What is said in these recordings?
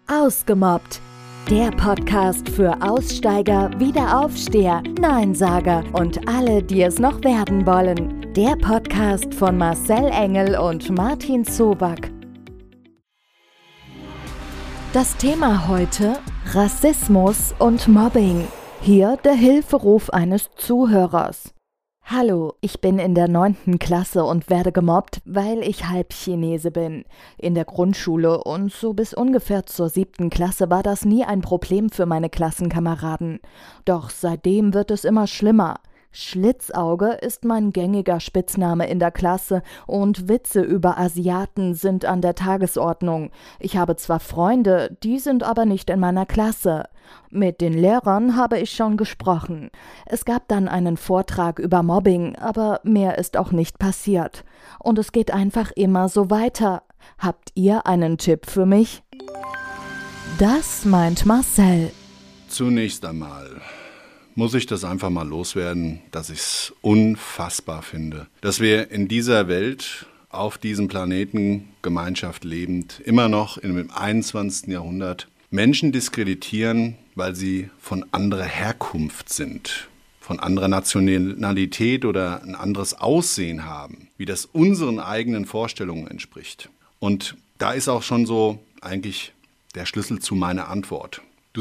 Ausgemobbt. Der Podcast für Aussteiger, Wiederaufsteher, Neinsager und alle, die es noch werden wollen. Der Podcast von Marcel Engel und Martin Zoback. Das Thema heute: Rassismus und Mobbing. Hier der Hilferuf eines Zuhörers. Hallo, ich bin in der 9. Klasse und werde gemobbt, weil ich halb Chinese bin. In der Grundschule und so bis ungefähr zur 7. Klasse war das nie ein Problem für meine Klassenkameraden. Doch seitdem wird es immer schlimmer. Schlitzauge ist mein gängiger Spitzname in der Klasse und Witze über Asiaten sind an der Tagesordnung. Ich habe zwar Freunde, die sind aber nicht in meiner Klasse. Mit den Lehrern habe ich schon gesprochen. Es gab dann einen Vortrag über Mobbing, aber mehr ist auch nicht passiert. Und es geht einfach immer so weiter. Habt ihr einen Tipp für mich? Das meint Marcel. Zunächst einmal muss ich das einfach mal loswerden, dass ich es unfassbar finde, dass wir in dieser Welt, auf diesem Planeten, Gemeinschaft lebend, immer noch im 21. Jahrhundert Menschen diskreditieren, weil sie von anderer Herkunft sind, von anderer Nationalität oder ein anderes Aussehen haben, wie das unseren eigenen Vorstellungen entspricht. Und da ist auch schon so eigentlich der Schlüssel zu meiner Antwort.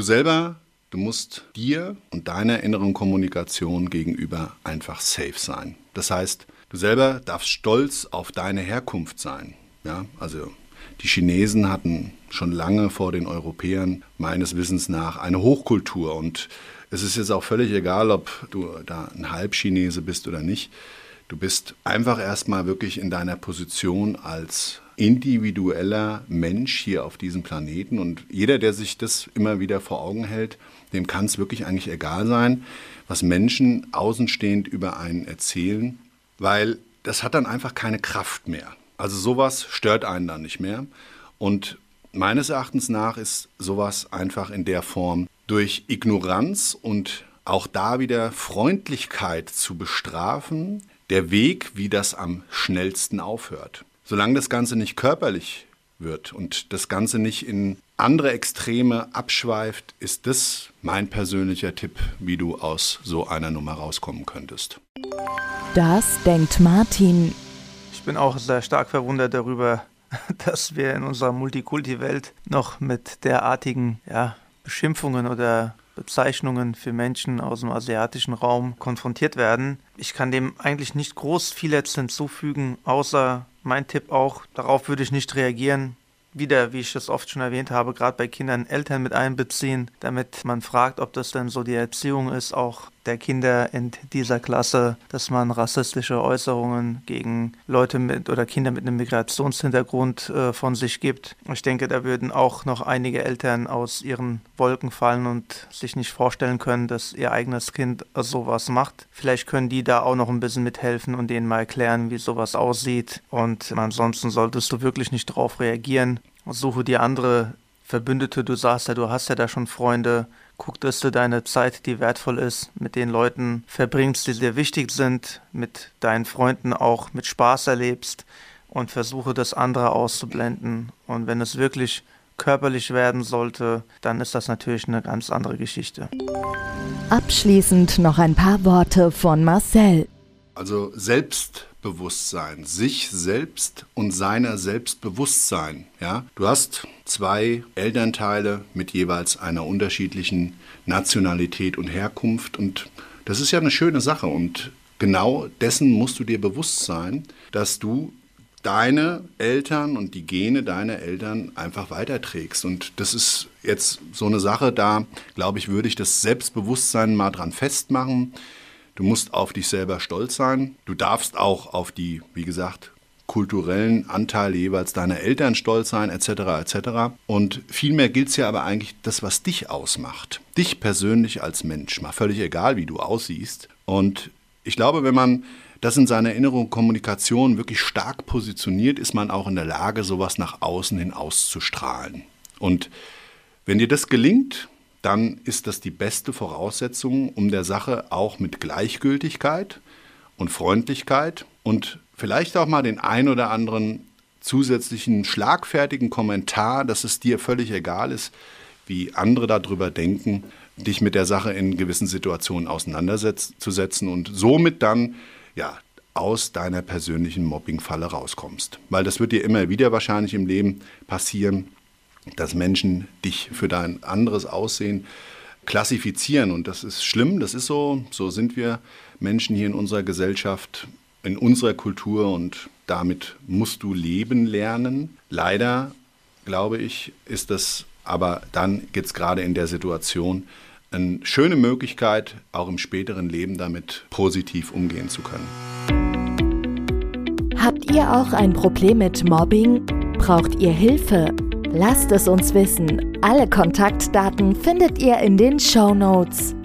Du musst dir und deiner inneren Kommunikation gegenüber einfach safe sein. Das heißt, du selber darfst stolz auf deine Herkunft sein. Ja, also die Chinesen hatten schon lange vor den Europäern meines Wissens nach eine Hochkultur. Und es ist jetzt auch völlig egal, ob du da ein Halbchinese bist oder nicht. Du bist einfach erstmal wirklich in deiner Position als individueller Mensch hier auf diesem Planeten. Und jeder, der sich das immer wieder vor Augen hält, dem kann es wirklich eigentlich egal sein, was Menschen außenstehend über einen erzählen, weil das hat dann einfach keine Kraft mehr. Also sowas stört einen dann nicht mehr. Und meines Erachtens nach ist sowas einfach in der Form durch Ignoranz und auch da wieder Freundlichkeit zu bestrafen, der Weg, wie das am schnellsten aufhört. Solange das Ganze nicht körperlich wird und das Ganze nicht in andere Extreme abschweift, ist das mein persönlicher Tipp, wie du aus so einer Nummer rauskommen könntest. Das denkt Martin. Ich bin auch sehr stark verwundert darüber, dass wir in unserer Multikulti-Welt noch mit derartigen Beschimpfungen oder Bezeichnungen für Menschen aus dem asiatischen Raum konfrontiert werden. Ich kann dem eigentlich nicht groß viel jetzt hinzufügen, außer mein Tipp auch, darauf würde ich nicht reagieren. Wieder, wie ich es oft schon erwähnt habe, gerade bei Kindern Eltern mit einbeziehen, damit man fragt, ob das denn so die Erziehung ist, auch der Kinder in dieser Klasse, dass man rassistische Äußerungen gegen Leute mit oder Kinder mit einem Migrationshintergrund von sich gibt. Ich denke, da würden auch noch einige Eltern aus ihren Wolken fallen und sich nicht vorstellen können, dass ihr eigenes Kind sowas macht. Vielleicht können die da auch noch ein bisschen mithelfen und denen mal erklären, wie sowas aussieht. Und ansonsten solltest du wirklich nicht drauf reagieren. Suche dir andere Verbündete, du sagst ja, du hast ja da schon Freunde. Guck, dass du deine Zeit, die wertvoll ist, mit den Leuten verbringst, die dir wichtig sind, mit deinen Freunden auch mit Spaß erlebst und versuche das andere auszublenden. Und wenn es wirklich körperlich werden sollte, dann ist das natürlich eine ganz andere Geschichte. Abschließend noch ein paar Worte von Marcel. Also Selbstbewusstsein, sich selbst und seiner Selbstbewusstsein. Ja? Du hast 2 Elternteile mit jeweils einer unterschiedlichen Nationalität und Herkunft und das ist ja eine schöne Sache und genau dessen musst du dir bewusst sein, dass du deine Eltern und die Gene deiner Eltern einfach weiterträgst und das ist jetzt so eine Sache, da glaube ich, würde ich das Selbstbewusstsein mal dran festmachen. Du musst auf dich selber stolz sein. Du darfst auch auf die, wie gesagt, kulturellen Anteile jeweils deiner Eltern stolz sein, etc. etc. Und vielmehr gilt es ja aber eigentlich das, was dich ausmacht. Dich persönlich als Mensch, mal völlig egal, wie du aussiehst. Und ich glaube, wenn man das in seiner inneren Kommunikation wirklich stark positioniert, ist man auch in der Lage, sowas nach außen hin auszustrahlen. Und wenn dir das gelingt, dann ist das die beste Voraussetzung, um der Sache auch mit Gleichgültigkeit und Freundlichkeit und vielleicht auch mal den ein oder anderen zusätzlichen schlagfertigen Kommentar, dass es dir völlig egal ist, wie andere darüber denken, dich mit der Sache in gewissen Situationen auseinanderzusetzen und somit dann aus deiner persönlichen Mobbingfalle rauskommst. Weil das wird dir immer wieder wahrscheinlich im Leben passieren, dass Menschen dich für dein anderes Aussehen klassifizieren. Und das ist schlimm, das ist so. So sind wir Menschen hier in unserer Gesellschaft, in unserer Kultur und damit musst du leben lernen. Leider, glaube ich, ist das, aber dann geht es gerade in der Situation, eine schöne Möglichkeit, auch im späteren Leben damit positiv umgehen zu können. Habt ihr auch ein Problem mit Mobbing? Braucht ihr Hilfe? Lasst es uns wissen. Alle Kontaktdaten findet ihr in den Shownotes.